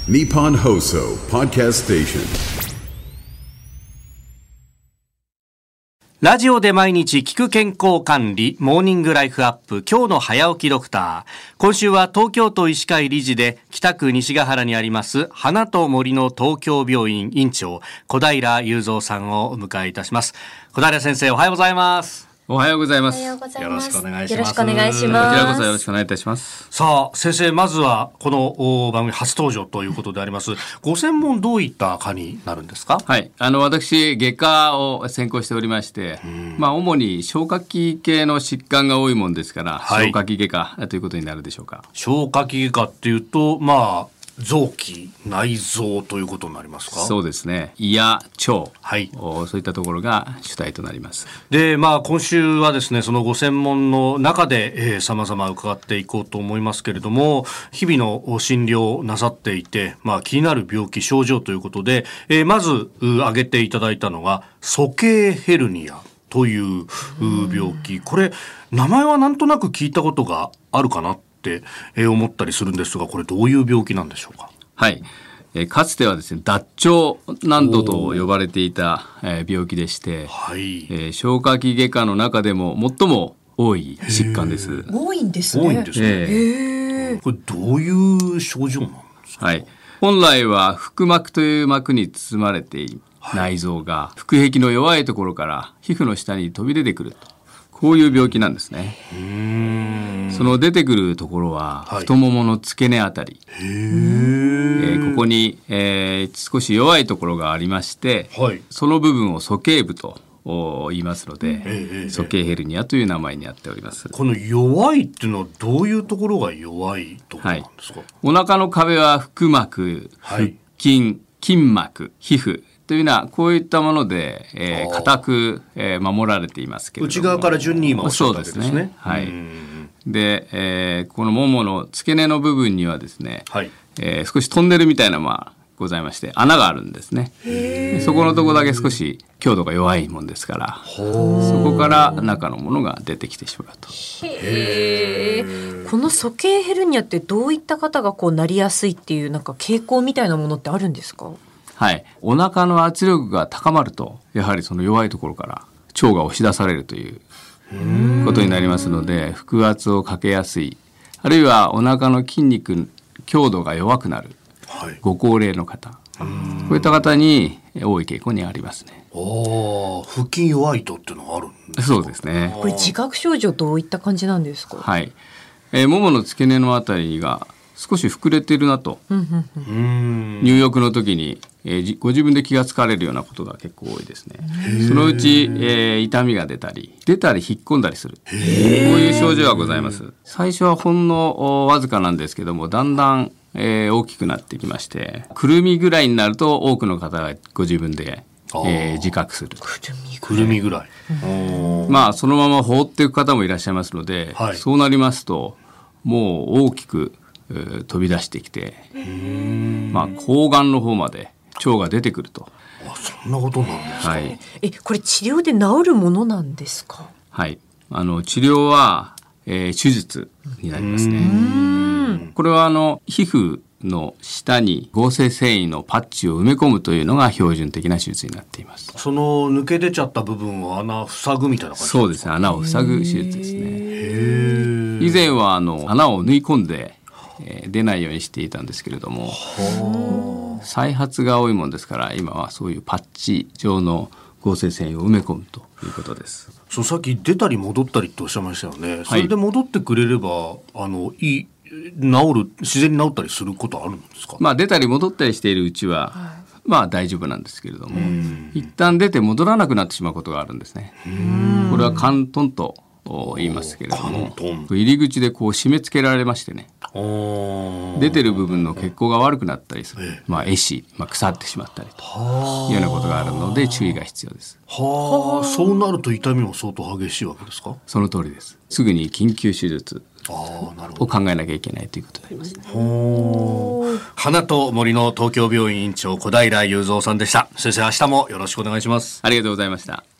Nippon Hoso Podcast Station。 ラジオで毎日聞く健康管理モーニングライフアップ、今日の早起きドクター。今週は東京都医師会理事で北区西ヶ原にあります花と森の東京病院院長小平雄三さんをお迎えいたします。小平先生、おはようございます。 おはようございます。 よろしくお願いします。 よろしくお願いします。 こちらこそよろしくお願いいたします。 さあ先生、まずはこの番組初登場ということであります。ご専門どういった科になるんですか？ はい、私外科を専攻しておりまして、主に消化器系の疾患が多いもんですから、 はい、 消化器外科ということになるでしょうか。 消化器外科っていうと臓器内臓ということになりますか？ そうですね。胃や腸、 はい、 そういったところが主体となります。 で、今週はですね、そのご専門の中で様々伺っていこうと思いますけれども、日々の診療をなさっていて、気になる病気症状ということで、まず挙げていただいたのが鼠径ヘルニアという病気。これ名前はなんとなく聞いたことがあるかなって思ったりするんですが、これどういう病気なんでしょうか？ はい、かつてはですね、脱腸難度と呼ばれていた病気でして、 はい、 消化器外科の中でも最も多い疾患です。 多いんですね。 多いんですね。これどういう症状なんですか？ はい、本来は腹膜という膜に包まれている内臓が腹壁の弱いところから皮膚の下に飛び出てくると、こういう病気なんですね。その出てくるところは太ももの付け根あたり、ここに、少し弱いところがありまして、はい、その部分を鼠径部と言いますので、鼠径ヘルニアという名前になっております。 この弱いっていうのはどういうところが弱いところなんですか？はい、 お腹の壁は腹膜、腹筋、筋膜、皮膚というのはこういったもので固く守られていますけれども、 内側から順に今おっしゃったわけですね。 そうですね。はい。で、このももの付け根の部分にはですね、はい、少しトンネルみたいなのがございまして穴があるんですね。そこのところだけ少し強度が弱いもんですから、そこから中のものが出てきてしまうと。 この鼠径ヘルニアってどういった方がなりやすいっていう傾向みたいなものってあるんですか？ はい、お腹の圧力が高まると、やはりその弱いところから腸が押し出されるということになりますので、腹圧をかけやすい、あるいはお腹の筋肉強度が弱くなる、はい、ご高齢の方、こういった方に多い傾向にありますね。 腹筋弱いとっていうのがあるんですか？ そうですね。 これ自覚症状どういった感じなんですか？ はい、ももの付け根のあたりが少し膨れているなと、入浴の時に、ご自分で気がつかれるようなことが結構多いですね。そのうち、痛みが出たり引っ込んだりする、こういう症状がございます。最初はほんのわずかなんですけども、だんだん、大きくなってきまして、くるみぐらいになると多くの方がご自分で、自覚する。 くるみぐらい、 そのまま放っていく方もいらっしゃいますので、はい、そうなりますともう大きく飛び出してきて、睾丸の方まで腸が出てくると。 そんなことなんですか？ はい、 これ治療で治るものなんですか？ はい、治療は、手術になりますね。これは皮膚の下に合成繊維のパッチを埋め込むというのが標準的な手術になっています。 その抜け出ちゃった部分を穴塞ぐみたいな感じですか？そうですね、 穴を塞ぐ手術ですね。以前は穴を縫い込んで出ないようにしていたんですけれども、再発が多いもんですから、今はそういうパッチ状の合成繊維を埋め込むということです。 さっき出たり戻ったりっておっしゃいましたよね。それで戻ってくれれば、自然に治ったりすることあるんですか？ 出たり戻ったりしているうちは、大丈夫なんですけれども、一旦出て戻らなくなってしまうことがあるんですね。これは嵌頓と言いますけれども、入り口で締め付けられましてね、出てる部分の血行が悪くなったりする、壊死、腐ってしまったりというようなことがあるので注意が必要です。 そうなると痛みも相当激しいわけですか？ その通りです。すぐに緊急手術を考えなきゃいけないということになりますね。 花と森の東京病院院長小平雄三さんでした。先生、明日もよろしくお願いします。 ありがとうございました。